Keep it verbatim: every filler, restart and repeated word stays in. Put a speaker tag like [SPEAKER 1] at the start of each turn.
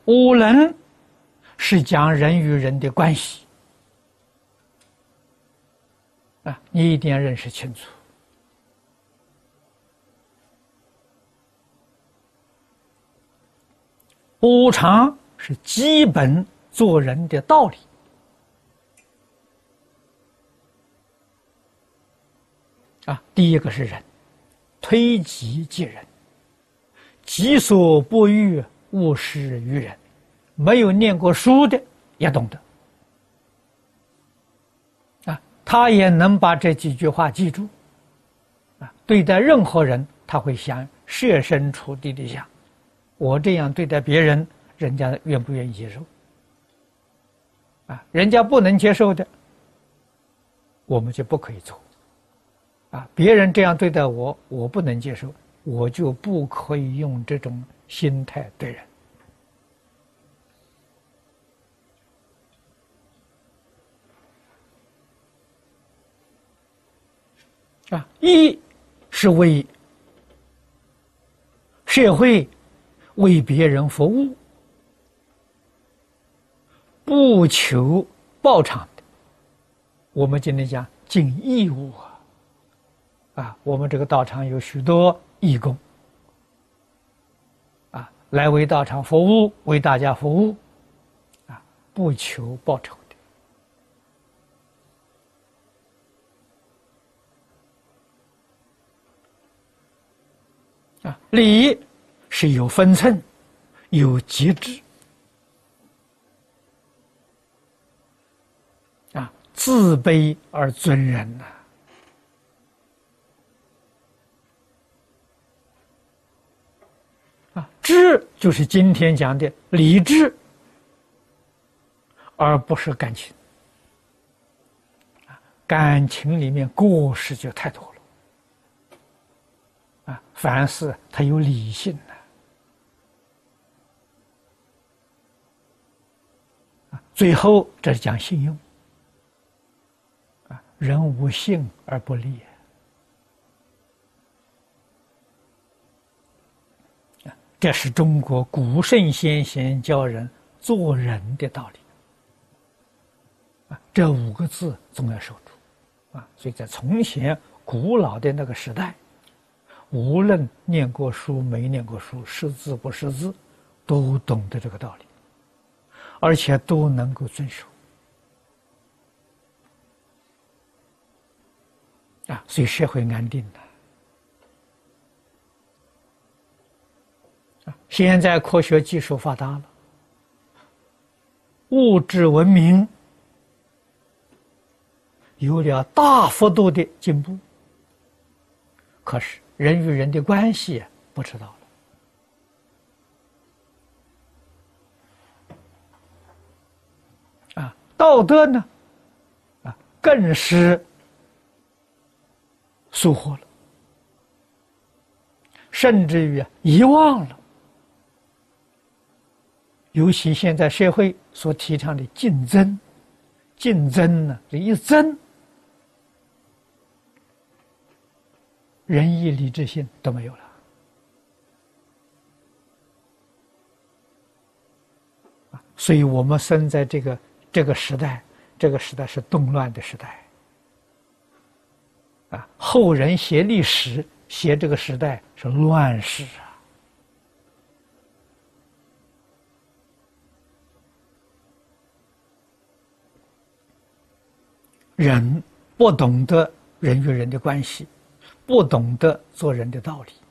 [SPEAKER 1] 五伦是讲人与人的关系啊，你一定要认识清楚。五常是基本做人的道理啊。第一个是人，推己及人，己所不欲，勿施于人。没有念过书的也懂得啊，他也能把这几句话记住啊。对待任何人，他会想设身处地的想，我这样对待别人，人家愿不愿意接受啊？人家不能接受的，我们就不可以做啊。别人这样对待我，我不能接受，我就不可以用这种心态对人。啊，义是为社会、为别人服务，不求报偿的。我们今天讲尽义务啊，啊，我们这个道场有许多义工啊，来为道场服务，为大家服务啊，不求报酬。啊，礼是有分寸、有节制，啊，自卑而尊人呐、啊，啊，智就是今天讲的理智，而不是感情。啊，感情里面过失就太多了。啊，凡事它有理性的、啊。最后这是讲信用。啊，人无信而不立。啊，这是中国古圣先贤教人做人的道理。啊，这五个字总要守住。啊，所以在从前古老的那个时代。无论念过书没念过书，识字不识字，都懂得这个道理，而且都能够遵守啊，所以社会安定了。啊，现在科学技术发达了，物质文明有了大幅度的进步，可是人与人的关系不知道了啊，道德呢啊更是疏忽了，甚至于遗忘了。尤其现在社会所提倡的竞争，竞争呢这一争，仁义礼智信都没有了。所以我们生在这个这个时代，这个时代是动乱的时代。啊，后人写历史，写这个时代是乱世啊。人不懂得人与人的关系，不懂得做人的道理，